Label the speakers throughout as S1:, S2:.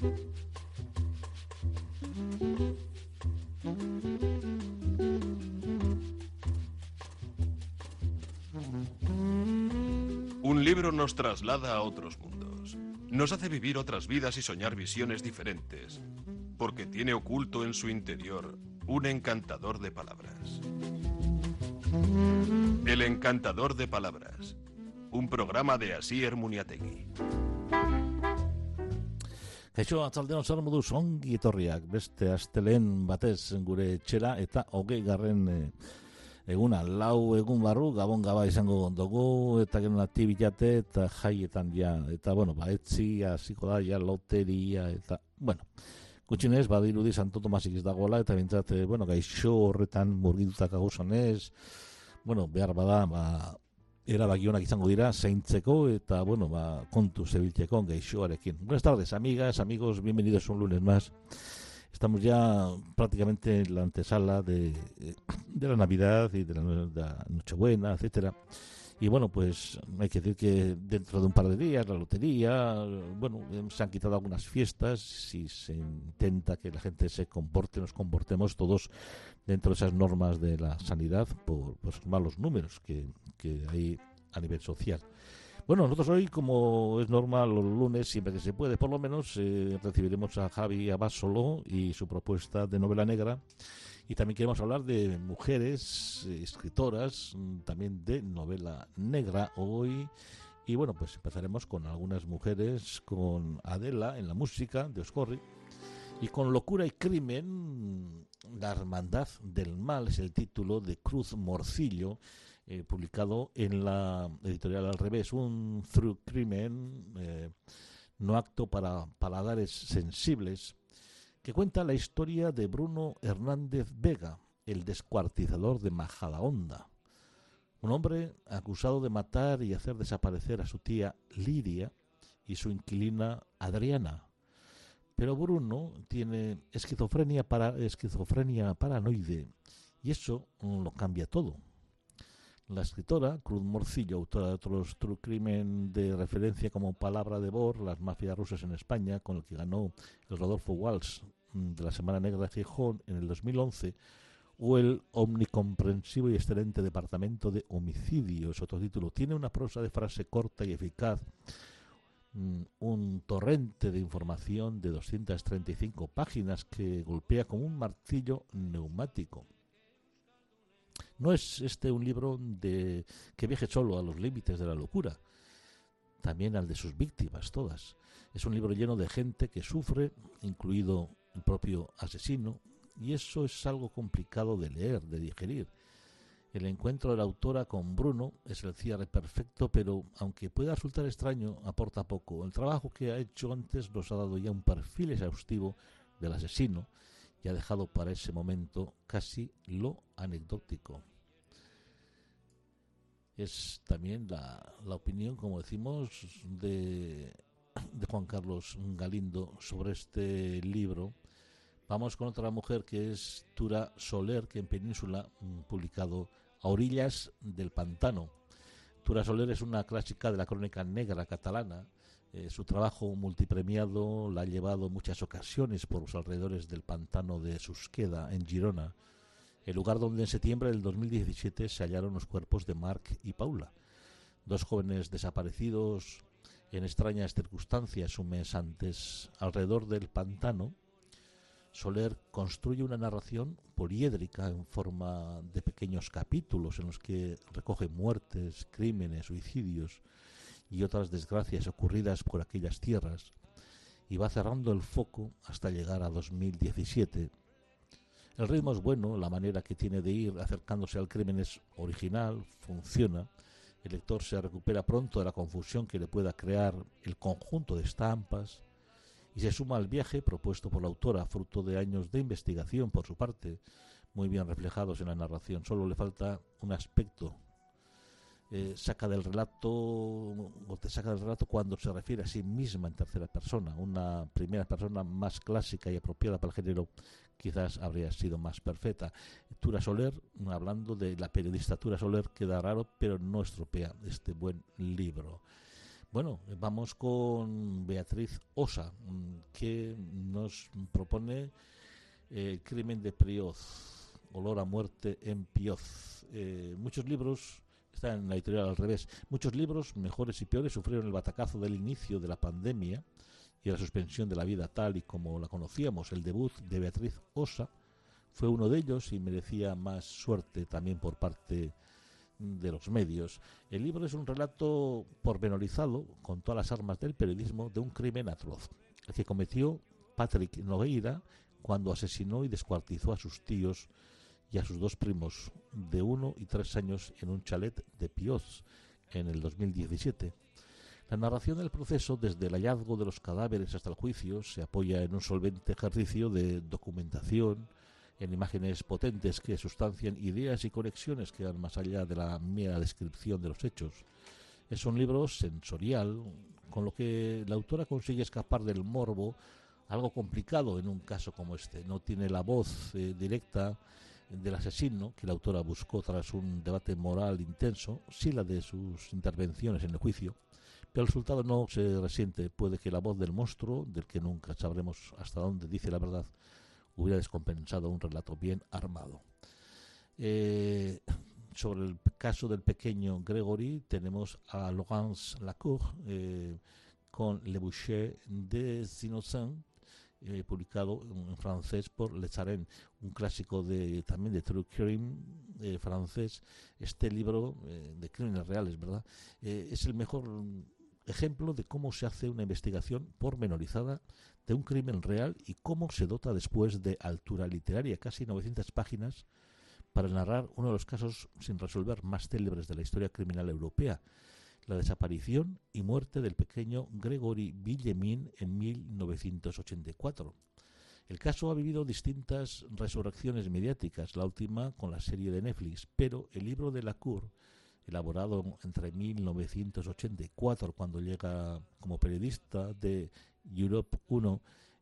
S1: Un libro nos traslada a otros mundos. Nos hace vivir otras vidas y soñar visiones diferentes, porque tiene oculto en su interior un encantador de palabras. El encantador de palabras, un programa de Asier Muniategui.
S2: Kaixo, atzaldeon zer moduz ongi etorriak, beste astelen batez gure etxera eta 20. Eguna, 4 egun barru, gabon gaba izango dugu, eta gero natibillate eta jaietan ja, eta bueno, etzi, hasiko da, ja, loteria, eta, bueno, gutxinez, badirudi Santo Tomasik ez dagoela, eta bintzat, gaixo horretan murgitutak aguzanez, behar bada, erabakionak izango dira, zeintzeko, eta, kontu zebiltzeko gaixoarekin. Buenas tardes, amigas, amigos, bienvenidos un lunes más. Estamos ya prácticamente en la antesala de la Navidad y de la Nochebuena, etcétera. Y pues hay que decir que dentro de un par de días la lotería, se han quitado algunas fiestas y se intenta que la gente se comporte, nos comportemos todos dentro de esas normas de la sanidad por los malos números que hay a nivel social. Nosotros hoy, como es normal, los lunes, siempre que se puede, por lo menos, recibiremos a Javi Abasolo y su propuesta de novela negra. Y también queremos hablar de mujeres, escritoras, también de novela negra hoy. Y empezaremos con algunas mujeres, con Adela en la música de Oscorri. Y con Locura y Crimen, la hermandad del mal es el título de Cruz Morcillo, publicado en la editorial Al Revés, un true crimen, no apto para paladares sensibles, que cuenta la historia de Bruno Hernández Vega, el descuartizador de Majadahonda, un hombre acusado de matar y hacer desaparecer a su tía Lidia y su inquilina Adriana. Pero Bruno tiene esquizofrenia paranoide, y eso lo cambia todo. La escritora Cruz Morcillo, autora de otros true crimen de referencia como Palabra de Bor, Las mafias rusas en España, con el que ganó el Rodolfo Walsh de la Semana Negra de Gijón en el 2011, o el omnicomprensivo y excelente Departamento de Homicidio, es otro título. Tiene una prosa de frase corta y eficaz, un torrente de información de 235 páginas que golpea como un martillo neumático. No es este un libro que viaje solo a los límites de la locura, también al de sus víctimas todas. Es un libro lleno de gente que sufre, incluido el propio asesino, y eso es algo complicado de leer, de digerir. El encuentro de la autora con Bruno es el cierre perfecto, pero aunque pueda resultar extraño, aporta poco. El trabajo que ha hecho antes nos ha dado ya un perfil exhaustivo del asesino y ha dejado para ese momento casi lo anecdótico. Es también la opinión, como decimos, de Juan Carlos Galindo sobre este libro. Vamos con otra mujer que es Tura Soler, que en Península ha publicado A orillas del pantano. Tura Soler es una clásica de la crónica negra catalana. Su trabajo multipremiado la ha llevado en muchas ocasiones por los alrededores del pantano de Susqueda, en Girona, el lugar donde en septiembre del 2017 se hallaron los cuerpos de Marc y Paula, dos jóvenes desaparecidos en extrañas circunstancias un mes antes. Alrededor del pantano, Soler construye una narración poliédrica en forma de pequeños capítulos en los que recoge muertes, crímenes, suicidios y otras desgracias ocurridas por aquellas tierras, y va cerrando el foco hasta llegar a 2017. El ritmo es bueno, la manera que tiene de ir acercándose al crimen es original, funciona. El lector se recupera pronto de la confusión que le pueda crear el conjunto de estampas y se suma al viaje propuesto por la autora, fruto de años de investigación por su parte, muy bien reflejados en la narración. Solo le falta un aspecto. Te saca del relato cuando se refiere a sí misma en tercera persona. Una primera persona más clásica y apropiada para el género quizás habría sido más perfecta. Tura Soler, hablando de la periodista Tura Soler, queda raro, pero no estropea este buen libro. Bueno, vamos con Beatriz Osa, que nos propone El crimen de Prioz, Olor a muerte en Pioz. Muchos libros, está en la editorial Al Revés, muchos libros, mejores y peores, sufrieron el batacazo del inicio de la pandemia y la suspensión de la vida tal y como la conocíamos. El debut de Beatriz Osa fue uno de ellos y merecía más suerte también por parte de los medios. El libro es un relato pormenorizado, con todas las armas del periodismo, de un crimen atroz, el que cometió Patrick Nogueira cuando asesinó y descuartizó a sus tíos y a sus dos primos de 1 y 3 años en un chalet de Pioz en el 2017. La narración del proceso, desde el hallazgo de los cadáveres hasta el juicio, se apoya en un solvente ejercicio de documentación, en imágenes potentes que sustancian ideas y conexiones que van más allá de la mera descripción de los hechos. Es un libro sensorial, con lo que la autora consigue escapar del morbo, algo complicado en un caso como este. No tiene la voz directa del asesino, que la autora buscó tras un debate moral intenso, sí la de sus intervenciones en el juicio, pero el resultado no se resiente. Puede que la voz del monstruo, del que nunca sabremos hasta dónde dice la verdad, hubiera descompensado un relato bien armado. Sobre el caso del pequeño Gregory tenemos a Laurence Lacour con Le Boucher des Innocents, publicado en francés por Le Charent, un clásico también de true crime francés. Este libro de crímenes reales, ¿verdad? Es el mejor ejemplo de cómo se hace una investigación pormenorizada de un crimen real y cómo se dota después de altura literaria, casi 900 páginas, para narrar uno de los casos sin resolver más célebres de la historia criminal europea, la desaparición y muerte del pequeño Gregory Villemin en 1984. El caso ha vivido distintas resurrecciones mediáticas, la última con la serie de Netflix, pero el libro de Lacour, elaborado entre 1984, cuando llega como periodista de Europe 1,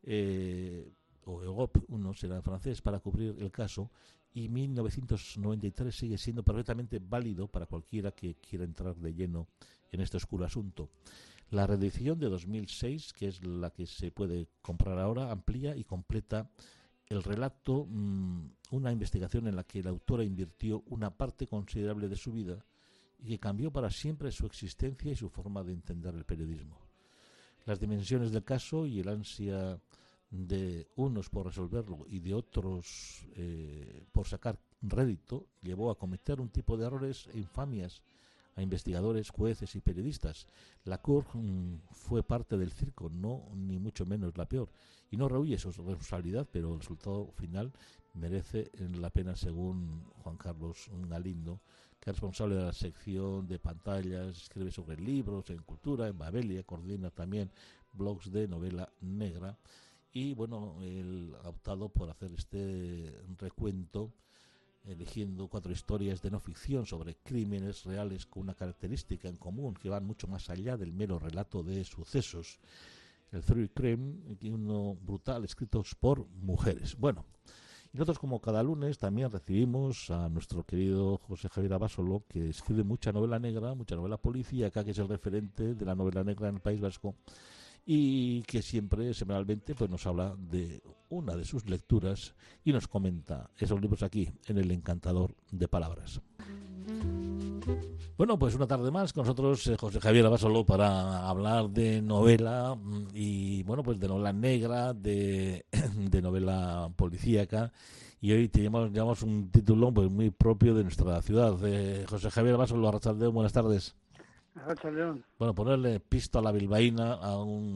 S2: o Europe 1 será en francés, para cubrir el caso, y 1993 sigue siendo perfectamente válido para cualquiera que quiera entrar de lleno en este oscuro asunto. La reedición de 2006, que es la que se puede comprar ahora, amplía y completa el relato, una investigación en la que la autora invirtió una parte considerable de su vida y que cambió para siempre su existencia y su forma de entender el periodismo. Las dimensiones del caso y el ansia de unos por resolverlo y de otros por sacar rédito llevó a cometer un tipo de errores e infamias a investigadores, jueces y periodistas. Lacour fue parte del circo, no ni mucho menos la peor, y no rehúye su responsabilidad, pero el resultado final merece la pena, según Juan Carlos Galindo, que es responsable de la sección de pantallas, escribe sobre libros en cultura, en Babelia, coordina también blogs de novela negra. Y bueno, él ha optado por hacer este recuento eligiendo 4 historias de no ficción sobre crímenes reales con una característica en común que van mucho más allá del mero relato de sucesos. El true crime, uno brutal, escritos por mujeres. Bueno, y nosotros, como cada lunes, también recibimos a nuestro querido José Javier Abasolo, que escribe mucha novela negra, mucha novela policíaca, que es el referente de la novela negra en el País Vasco, y que siempre, semanalmente, pues nos habla de una de sus lecturas y nos comenta esos libros aquí, en El Encantador de Palabras. Bueno, pues una tarde más con nosotros José Javier Abasolo para hablar de novela y, bueno, pues de novela negra, de novela policíaca, y hoy te llamamos un título pues muy propio de nuestra ciudad. José Javier Abasolo, Arratsaldeon, buenas tardes.
S3: León.
S2: Bueno, ponerle pistola bilbaína a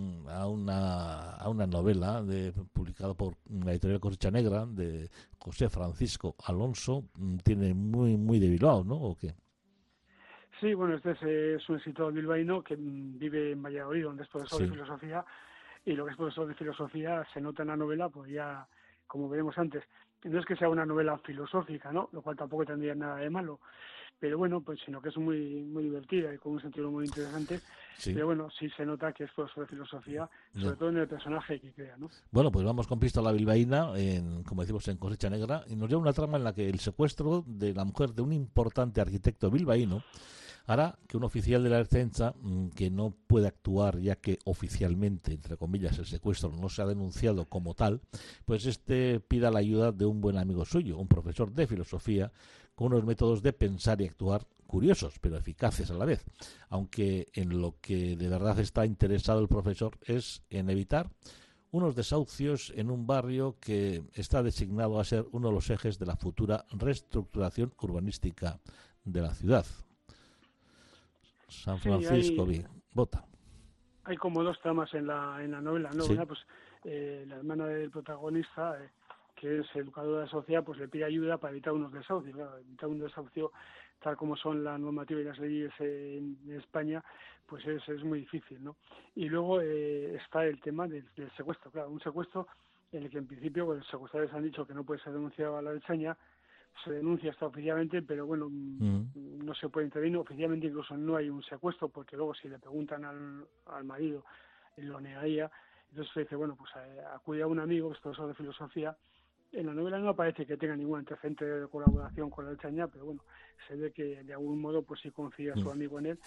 S2: una novela publicada por la editorial Cosecha Negra de José Francisco Alonso, tiene muy de Bilbao, ¿no? ¿O qué?
S3: Sí, bueno, este es un escritor bilbaíno que vive en Valladolid, donde es profesor de filosofía, y lo que es profesor de filosofía se nota en la novela, pues ya, como veremos antes, no es que sea una novela filosófica, ¿no? Lo cual tampoco tendría nada de malo, pero bueno, pues sino que es muy divertida y con un sentido muy interesante. Sí. Pero bueno, sí se nota que es profesor de filosofía, sobre todo en el personaje que crea, ¿no?
S2: Bueno, pues vamos con Pistola bilbaína, como decimos, en Cosecha Negra, y nos lleva una trama en la que el secuestro de la mujer de un importante arquitecto bilbaíno hará que un oficial de la Ertzaintza que no puede actuar ya que oficialmente, entre comillas, el secuestro no se ha denunciado como tal, pues pida la ayuda de un buen amigo suyo, un profesor de filosofía con unos métodos de pensar y actuar curiosos, pero eficaces a la vez, aunque en lo que de verdad está interesado el profesor es en evitar unos desahucios en un barrio que está designado a ser uno de los ejes de la futura reestructuración urbanística de la ciudad. San
S3: Sí,
S2: Francisco, Bota.
S3: hay como dos tramas en la novela, ¿no?
S2: Sí.
S3: Una, pues la hermana del protagonista, que es educadora social, pues le pide ayuda para evitar unos desahucios. Claro, evitar un desahucio tal como son la normativa y las leyes en España, pues es muy difícil, ¿no? Y luego está el tema del secuestro, claro, un secuestro en el que en principio pues, los secuestradores han dicho que no puede ser denunciado a la Ertzaintza, se denuncia hasta oficialmente, pero bueno, no se puede intervenir. Oficialmente incluso no hay un secuestro, porque luego si le preguntan al marido, él lo negaría. Entonces se dice, bueno, pues acude a un amigo, que es profesor de filosofía. En la novela no aparece que tenga ningún antecedente de colaboración con la Ertzaintza, pero bueno, se ve que de algún modo pues sí confía a su amigo en él,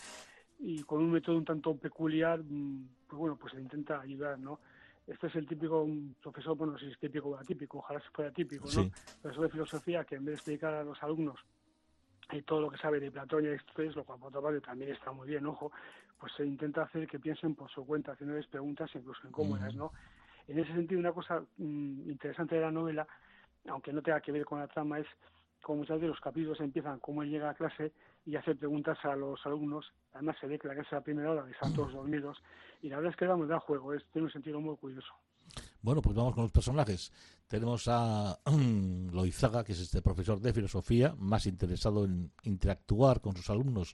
S3: y con un método un tanto peculiar, pues bueno, pues se intenta ayudar, ¿no? Este es el típico profesor, bueno, no sé si es típico o atípico, ojalá se fuera típico, ¿no?
S2: Sí.
S3: Profesor de filosofía que en vez de explicar a los alumnos todo lo que sabe de Platón y Aristóteles, lo cual por otra parte también está muy bien, ojo, pues se intenta hacer que piensen por su cuenta, haciéndoles preguntas incluso incómodas, ¿no? En ese sentido, una cosa interesante de la novela, aunque no tenga que ver con la trama, es como muchas veces los capítulos empiezan como él llega a clase y hace preguntas a los alumnos. Además se ve que la clase a primera hora están todos dormidos, y la verdad es que da juego, tiene un sentido muy curioso.
S2: Bueno, pues vamos con los personajes. Tenemos a Loizaga, que es este profesor de filosofía, más interesado en interactuar con sus alumnos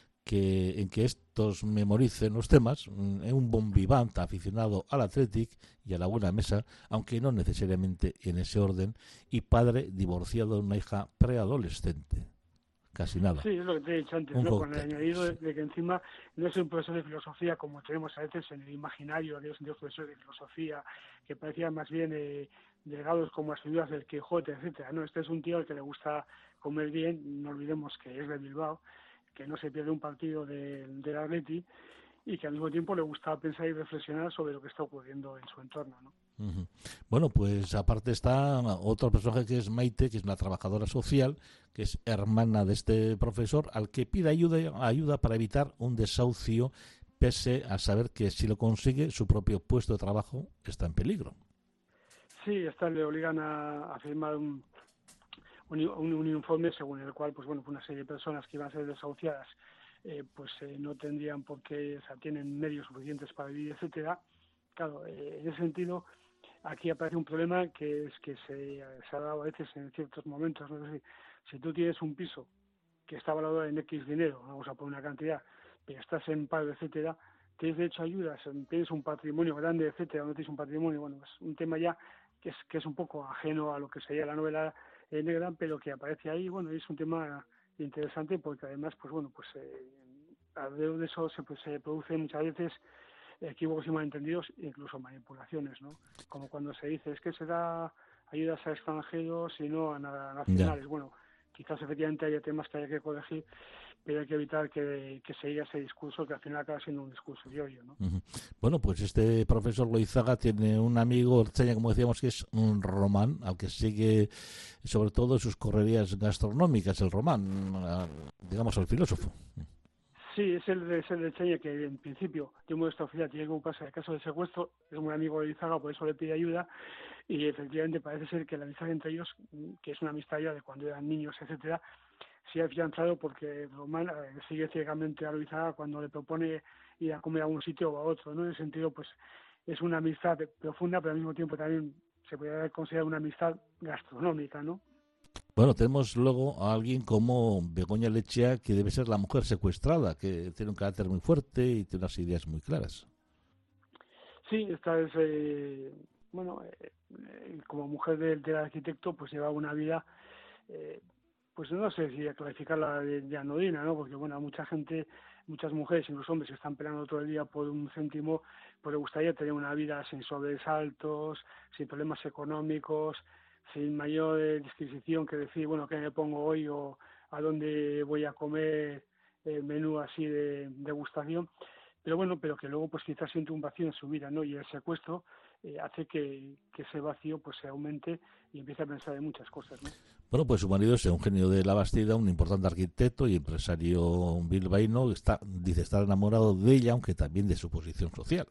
S2: que en que estos memoricen los temas, es un bon vivant aficionado al Athletic y a la buena mesa, aunque no necesariamente en ese orden, y padre divorciado de una hija preadolescente. Casi nada.
S3: Sí, es lo que te he dicho antes, ¿no? Con el añadido de que encima no es un profesor de filosofía como tenemos a veces en el imaginario de los antiguos profesores de filosofía, que parecían más bien llegados como a figuras del Quijote, etcétera. No, este es un tío al que le gusta comer bien, no olvidemos que es de Bilbao, que no se pierde un partido del Atleti, y que al mismo tiempo le gusta pensar y reflexionar sobre lo que está ocurriendo en su entorno, ¿no?
S2: Bueno, pues aparte está otro personaje que es Maite, que es una trabajadora social, que es hermana de este profesor, al que pide ayuda para evitar un desahucio, pese a saber que si lo consigue, su propio puesto de trabajo está en peligro.
S3: Sí, le obligan a firmar un informe según el cual, pues bueno, una serie de personas que iban a ser desahuciadas no tendrían por qué, o sea, tienen medios suficientes para vivir, etcétera. Claro, en ese sentido, aquí aparece un problema que es que se ha dado a veces en ciertos momentos, ¿no? Es decir, si tú tienes un piso que está valorado en X dinero, vamos a poner una cantidad, pero estás en paro, etcétera, tienes derecho a ayudas, tienes un patrimonio grande, etcétera, no tienes un patrimonio, bueno, es un tema ya que es un poco ajeno a lo que sería la novela negra, pero que aparece ahí, bueno, es un tema interesante porque además, pues bueno, pues alrededor de eso se producen muchas veces equívocos y malentendidos, incluso manipulaciones, ¿no? Como cuando se dice, es que se da ayudas a extranjeros y no a nacionales. Bueno, quizás efectivamente haya temas que haya que corregir, pero hay que evitar que se diga ese discurso que al final acaba siendo un discurso yoyo, ¿no?
S2: Bueno, pues este profesor Loizaga tiene un amigo, Ertzaintza, como decíamos, que es un Román, al que sigue sobre todo sus correrías gastronómicas, el Román, digamos, el filósofo.
S3: Sí, es el de Ertzaintza que en principio, de modo extraoficial, tiene que ocuparse del caso de secuestro, es un amigo de Loizaga, por eso le pide ayuda, y efectivamente parece ser que la amistad entre ellos, que es una amistad ya de cuando eran niños, etcétera, se ha afianzado porque Román sigue ciegamente a Loizaga cuando le propone ir a comer a un sitio o a otro, ¿no? En ese sentido, pues es una amistad profunda, pero al mismo tiempo también se puede considerar una amistad gastronómica, ¿no?
S2: Bueno, tenemos luego a alguien como Begoña Lechea, que debe ser la mujer secuestrada, que tiene un carácter muy fuerte y tiene unas ideas muy claras.
S3: Sí, esta es, como mujer del arquitecto, pues lleva una vida, pues no sé si calificarla de anodina, ¿no? Porque, bueno, mucha gente, muchas mujeres, incluso hombres, que están peleando todo el día por un céntimo, pues le gustaría tener una vida sin sobresaltos, sin problemas económicos, sin mayor disquisición que decir, bueno, ¿qué me pongo hoy o a dónde voy a comer menú así de degustación, pero bueno, pero que luego pues quizás siente un vacío en su vida, ¿no? Y el secuestro hace que ese vacío pues se aumente y empiece a pensar en muchas cosas, ¿no?
S2: Bueno, pues su marido es Eugenio de la Bastida, un importante arquitecto y empresario bilbaíno, dice estar enamorado de ella, aunque también de su posición social.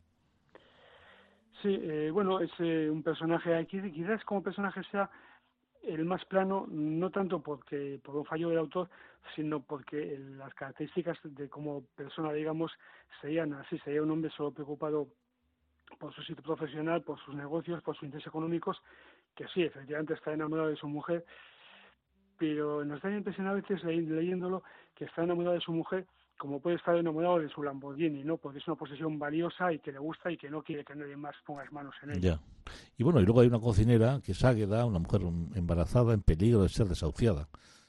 S3: Sí, bueno, es un personaje aquí, quizás como personaje sea el más plano, no tanto por un fallo del autor, sino porque las características de como persona, digamos, serían así, sería un hombre solo preocupado por su sitio profesional, por sus negocios, por sus intereses económicos, que sí, efectivamente está enamorado de su mujer, pero nos da la impresión a veces leyéndolo que está enamorado de su mujer como puede estar enamorado de su Lamborghini, ¿no? Porque es una posesión valiosa y que le gusta y que no quiere que nadie más ponga las manos en ella.
S2: Ya. Y bueno, y luego hay una cocinera que es Águeda, una mujer embarazada en peligro de ser desahuciada.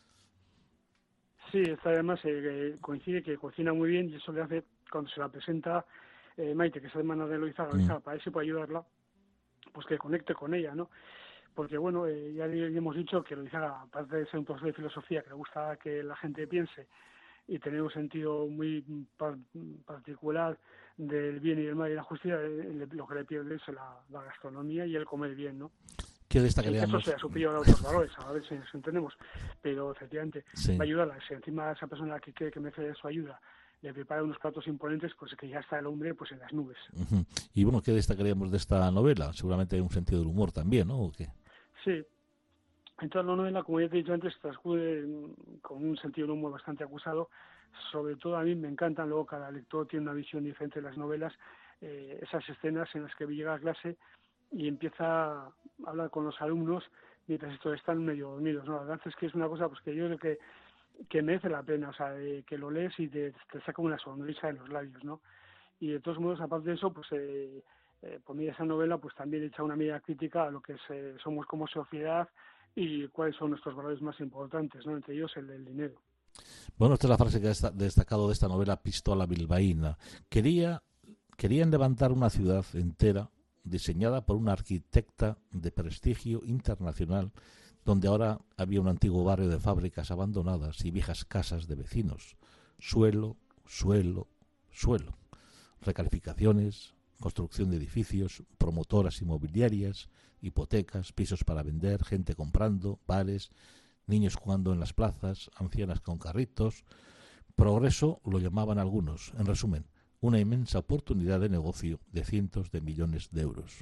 S3: Sí, esta además coincide que cocina muy bien y eso le hace, cuando se la presenta Maite, que es hermana de Loizaga, para ver si puede ayudarla, pues que conecte con ella, ¿no? Porque bueno, ya le hemos dicho que Loizaga, aparte de ser un profesor de filosofía, que le gusta que la gente piense y tener un sentido muy particular del bien y del mal y la justicia, lo que le pierde es la gastronomía y el comer bien, ¿no?
S2: ¿Qué destacaríamos?
S3: Eso se ha superior a otros valores, a ver si nos entendemos, pero efectivamente
S2: sí.
S3: va a ayudarla. Si encima esa persona que cree que merece su ayuda le prepara unos platos imponentes, pues que ya está el hombre pues en las nubes.
S2: Uh-huh. Y bueno, ¿qué destacaríamos de esta novela? Seguramente hay un sentido del humor también, ¿no? ¿O qué?
S3: Sí. Entonces la novela, como ya te he dicho antes, transcurre con un sentido del humor bastante acusado. Sobre todo a mí me encantan, luego cada lector tiene una visión diferente de las novelas, esas escenas en las que llega a clase y empieza a hablar con los alumnos mientras estos están medio dormidos, ¿no? La verdad es que es una cosa pues que yo creo que merece la pena, o sea, que lo lees y te saca una sonrisa de los labios, ¿no? Y de todos modos, aparte de eso, pues por mí esa novela pues también echa una mirada crítica a lo que somos como sociedad y cuáles son nuestros valores más importantes, ¿no? Entre ellos el del dinero.
S2: Bueno, esta es la frase que ha destacado de esta novela Pistola bilbaína. Querían levantar una ciudad entera diseñada por una arquitecta de prestigio internacional, donde ahora había un antiguo barrio de fábricas abandonadas y viejas casas de vecinos. Suelo, suelo, suelo. Recalificaciones, construcción de edificios, promotoras inmobiliarias, hipotecas, pisos para vender, gente comprando, bares, niños jugando en las plazas, ancianas con carritos. Progreso lo llamaban algunos. En resumen, una inmensa oportunidad de negocio de cientos de millones de euros.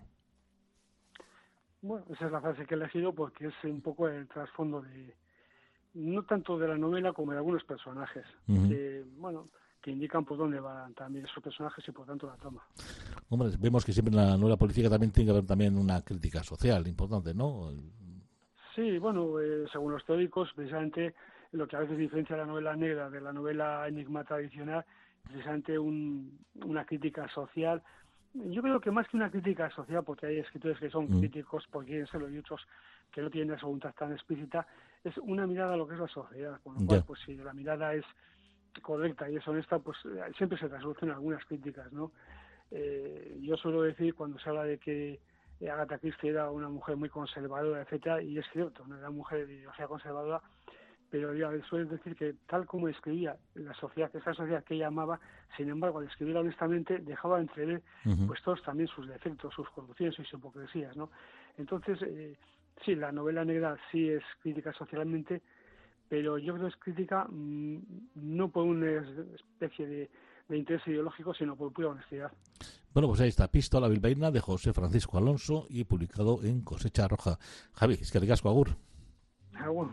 S3: Bueno, esa es la frase que he elegido porque es un poco el trasfondo no tanto de la novela como de algunos personajes, que indican por dónde van también esos personajes y por tanto la trama.
S2: Hombre, vemos que siempre en la novela política también tiene que haber también una crítica social importante, ¿no?
S3: Sí, bueno, según los teóricos, precisamente lo que a veces diferencia la novela negra de la novela enigma tradicional, precisamente una crítica social. Yo creo que más que una crítica social, porque hay escritores que son críticos por quieren serlo y otros que no tienen esa voluntad tan explícita, es una mirada a lo que es la sociedad, con lo cual, pues si la mirada es correcta y es honesta, pues siempre se traducen algunas críticas, ¿no? Yo suelo decir cuando se habla de que Agatha Christie era una mujer muy conservadora, etcétera, y es cierto, no era una mujer de ideología conservadora, pero yo suelo decir que tal como escribía la sociedad, esa sociedad que ella amaba, sin embargo, al escribir honestamente, dejaba entrever pues todos también sus defectos, sus corrupciones y sus hipocresías, ¿no? Entonces, sí, la novela negra sí es crítica socialmente, pero yo creo que es crítica no por una especie de interés ideológico, sino por pura honestidad.
S2: Bueno, pues ahí está, Pistola bilbaína de José Francisco Alonso y publicado en Cosecha Roja. Javi, es que ricasco, agur.
S3: Agur.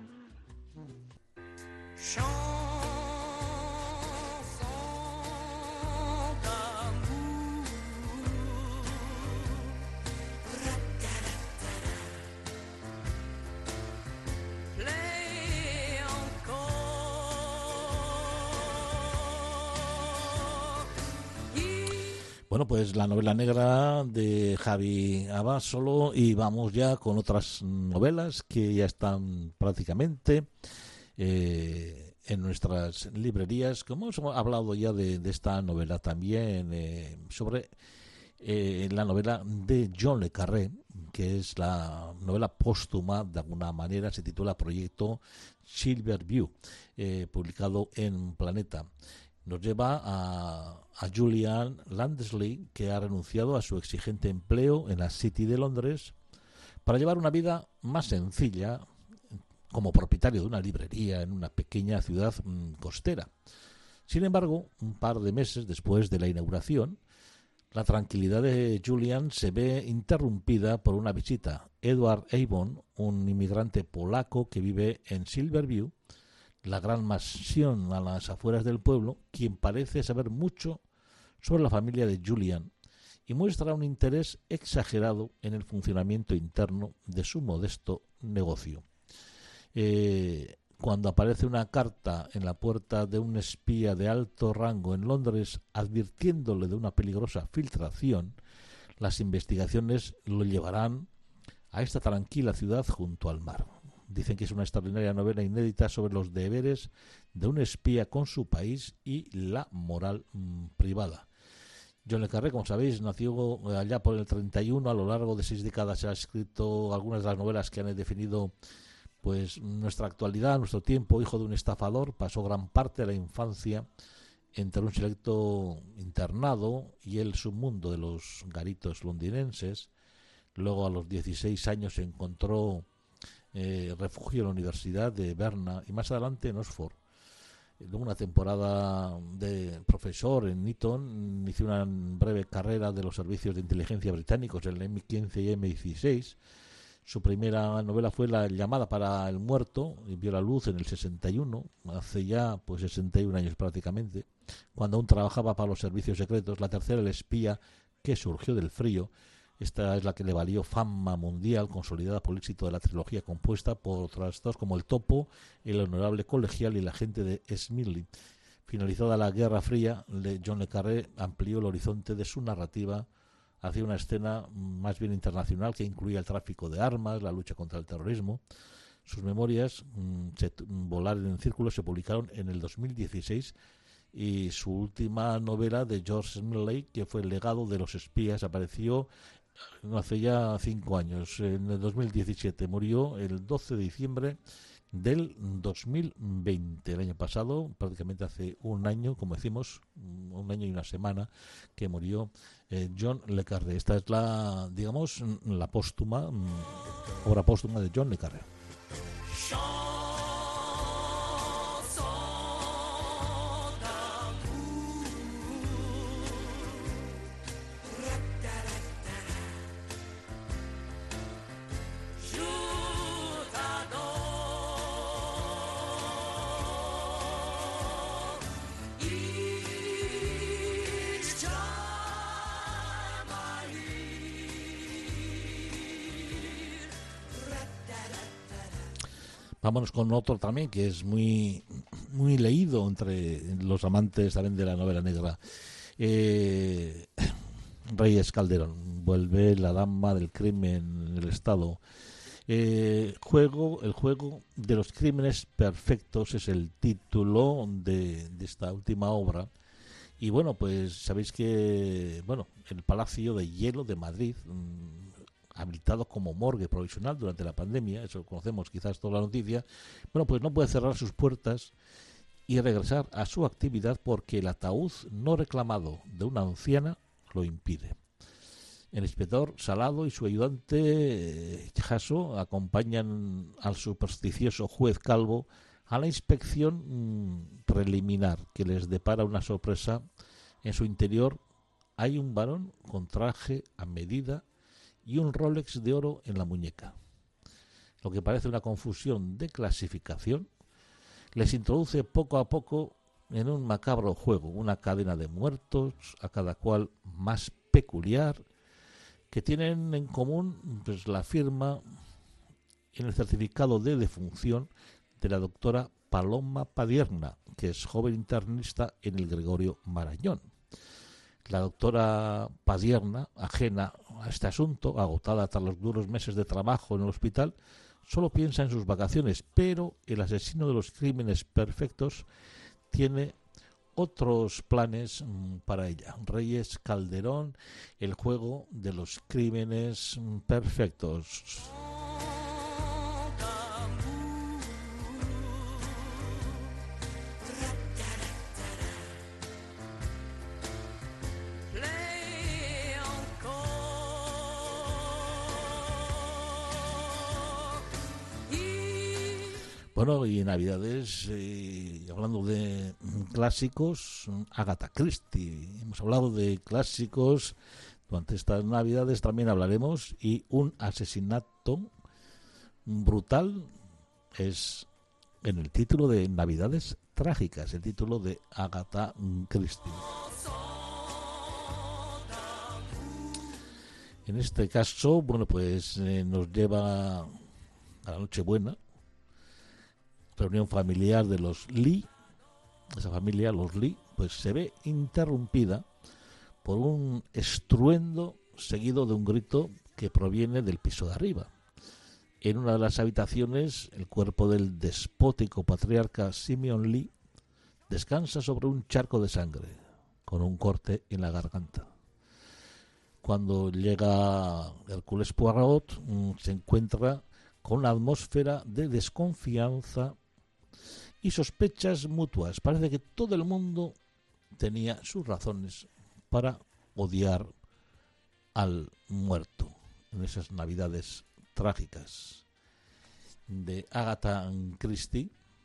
S2: Bueno, pues la novela negra de Javi Abasolo y vamos ya con otras novelas que ya están prácticamente en nuestras librerías. Como hemos hablado ya de esta novela también sobre la novela de John le Carré, que es la novela póstuma, de alguna manera, se titula Proyecto Silverview, publicado en Planeta. Nos lleva a Julian Landesley, que ha renunciado a su exigente empleo en la City de Londres para llevar una vida más sencilla como propietario de una librería en una pequeña ciudad costera. Sin embargo, un par de meses después de la inauguración, la tranquilidad de Julian se ve interrumpida por una visita. Edward Avon, un inmigrante polaco que vive en Silverview, la gran mansión a las afueras del pueblo, quien parece saber mucho sobre la familia de Julian y muestra un interés exagerado en el funcionamiento interno de su modesto negocio. Cuando aparece una carta en la puerta de un espía de alto rango en Londres advirtiéndole de una peligrosa filtración, las investigaciones lo llevarán a esta tranquila ciudad junto al mar. Dicen que es una extraordinaria novela inédita sobre los deberes de un espía con su país y la moral privada. John le Carré, como sabéis, nació allá por el 31. A lo largo de 6 décadas ha escrito algunas de las novelas que han definido pues nuestra actualidad, nuestro tiempo. Hijo de un estafador, pasó gran parte de la infancia entre un selecto internado y el submundo de los garitos londinenses. Luego, a los 16 años, se encontró refugio en la Universidad de Berna y más adelante en Oxford. Luego, una temporada de profesor en Eton, inició una breve carrera de los servicios de inteligencia británicos, el M15 y M16. Su primera novela fue La llamada para el muerto, y vio la luz en el 61, hace ya pues 61 años prácticamente, cuando aún trabajaba para los servicios secretos. La tercera, El espía que surgió del frío. Esta es la que le valió fama mundial, consolidada por el éxito de la trilogía compuesta por otras dos como El topo, El honorable colegial y El agente de Smiley. Finalizada la Guerra Fría, John le Carré amplió el horizonte de su narrativa hacia una escena más bien internacional que incluía el tráfico de armas, la lucha contra el terrorismo. Sus memorias, Volar en círculos, se publicaron en el 2016 y su última novela, de George Smiley, que fue El legado de los espías, apareció hace ya 5 años, en el 2017. Murió el 12 de diciembre del 2020, el año pasado, prácticamente hace un año, como decimos, un año y una semana que murió John le Carré. Esta es la, digamos, la póstuma, obra póstuma de John le Carré. Vámonos con otro también que es muy leído entre los amantes también de la novela negra. Reyes Calderón, vuelve La dama del crimen en el Estado. El juego de los crímenes perfectos es el título de esta última obra. Y bueno, pues sabéis que el Palacio de Hielo de Madrid, habilitado como morgue provisional durante la pandemia, eso conocemos quizás toda la noticia, pues no puede cerrar sus puertas y regresar a su actividad porque el ataúd no reclamado de una anciana lo impide. El inspector Salado y su ayudante Jasso acompañan al supersticioso juez Calvo a la inspección preliminar, que les depara una sorpresa. En su interior hay un varón con traje a medida y un Rolex de oro en la muñeca. Lo que parece una confusión de clasificación les introduce poco a poco en un macabro juego, una cadena de muertos, a cada cual más peculiar, que tienen en común pues la firma en el certificado de defunción de la doctora Paloma Padierna, que es joven internista en el Gregorio Marañón. La doctora Padierna, ajena a este asunto, agotada tras los duros meses de trabajo en el hospital, solo piensa en sus vacaciones, pero el asesino de los crímenes perfectos tiene otros planes para ella. Reyes Calderón, el juego de los crímenes perfectos. Bueno, y Navidades, hablando de clásicos, Agatha Christie. Hemos hablado de clásicos durante estas Navidades, también hablaremos, y un asesinato brutal es en el título de Navidades Trágicas, el título de Agatha Christie. En este caso, bueno, pues nos lleva a la Nochebuena, reunión familiar de los Lee. Esa familia, los Lee, pues se ve interrumpida por un estruendo seguido de un grito que proviene del piso de arriba. En una de las habitaciones, el cuerpo del despótico patriarca Simeon Lee descansa sobre un charco de sangre, con un corte en la garganta. Cuando llega Hércules Poirot, se encuentra con una atmósfera de desconfianza y sospechas mutuas. Parece que todo el mundo tenía sus razones para odiar al muerto en esas Navidades trágicas de Agatha Christie.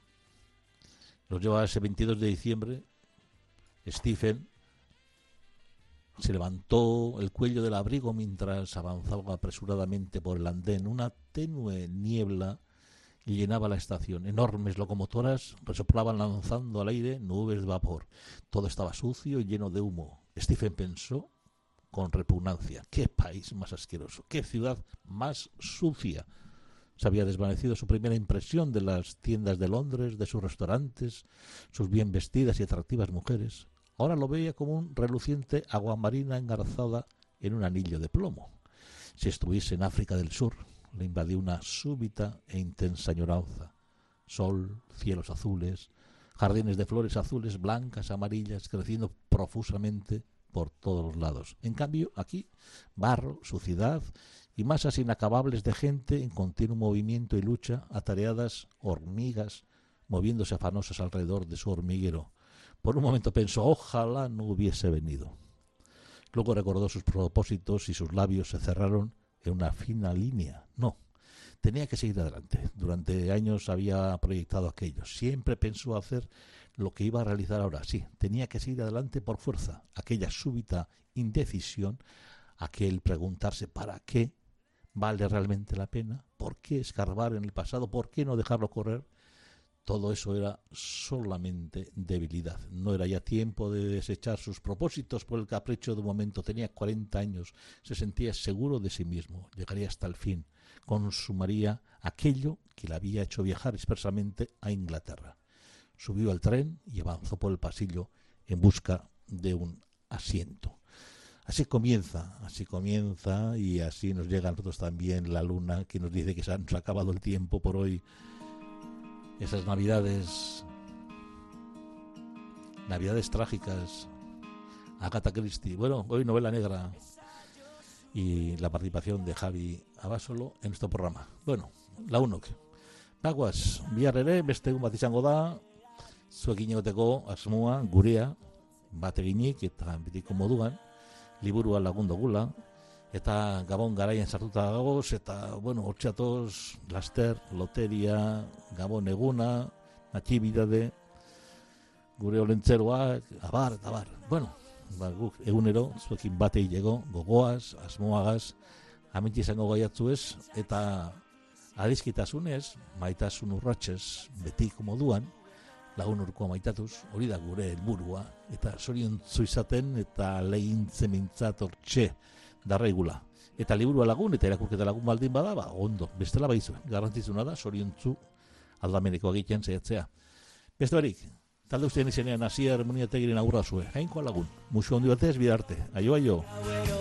S2: Nos lleva ese 22 de diciembre. Stephen se levantó el cuello del abrigo mientras avanzaba apresuradamente por el andén. Una tenue niebla llenaba la estación. Enormes locomotoras resoplaban lanzando al aire nubes de vapor. Todo estaba sucio y lleno de humo. Stephen pensó con repugnancia: qué país más asqueroso, qué ciudad más sucia. Se había desvanecido su primera impresión de las tiendas de Londres, de sus restaurantes, sus bien vestidas y atractivas mujeres. Ahora lo veía como un reluciente aguamarina engarzada en un anillo de plomo. Si estuviese en África del Sur, le invadió una súbita e intensa añoranza. Sol, cielos azules, jardines de flores azules, blancas, amarillas, creciendo profusamente por todos los lados. En cambio, aquí, barro, suciedad y masas inacabables de gente en continuo movimiento y lucha, atareadas hormigas, moviéndose afanosas alrededor de su hormiguero. Por un momento pensó: ojalá no hubiese venido. Luego recordó sus propósitos y sus labios se cerraron en una fina línea. No, tenía que seguir adelante. Durante años había proyectado aquello. Siempre pensó hacer lo que iba a realizar ahora. Sí, tenía que seguir adelante por fuerza. Aquella súbita indecisión, aquel preguntarse ¿para qué? ¿Vale realmente la pena? ¿Por qué escarbar en el pasado? ¿Por qué no dejarlo correr? Todo eso era solamente debilidad. No era ya tiempo de desechar sus propósitos por el capricho de un momento. Tenía 40 años, se sentía seguro de sí mismo. Llegaría hasta el fin. Consumaría aquello que le había hecho viajar expresamente a Inglaterra. Subió al tren y avanzó por el pasillo en busca de un asiento. Así comienza, y así nos llega a nosotros también la luna, que nos dice que se nos ha acabado el tiempo por hoy. Esas Navidades trágicas, Agatha Christie. Bueno, hoy novela negra y la participación de Javi Abasolo en nuestro programa. Bueno, la UNOK. Bagoaz, bihar ere beste egun bat izango da, zuekin egoteko asmoa gurea bat eginik eta betiko moduan, liburua lagundu gula, eta Gabon garaian sartuta gagoz, eta, bueno, hortxatoz, laster, loteria, Gabon eguna, natxibidade, gure olentzeroak, abar. Bueno, guk egunero, zuekin batei lego, gogoaz, asmoagaz, amintzi izango gaiatzu ez, eta adizkitasunez, maitasun urratxez, betiko moduan, lagun urkoa maitatuz, hori da gure helburua, eta zoriontzu izaten, eta lehintzen mintzat hortxe, darraigula. Eta liburua lagun eta irakurketa lagun baldin bada, ondo, bestela baizu. Garrantzitsuna da, zoriontzu aldameneko egiten zaiatzea. Beste barik, talde ustean izenean Asier Muniategiren agurra zue. Jainkoa lagun. Musu handi batez, bidarte. Aio.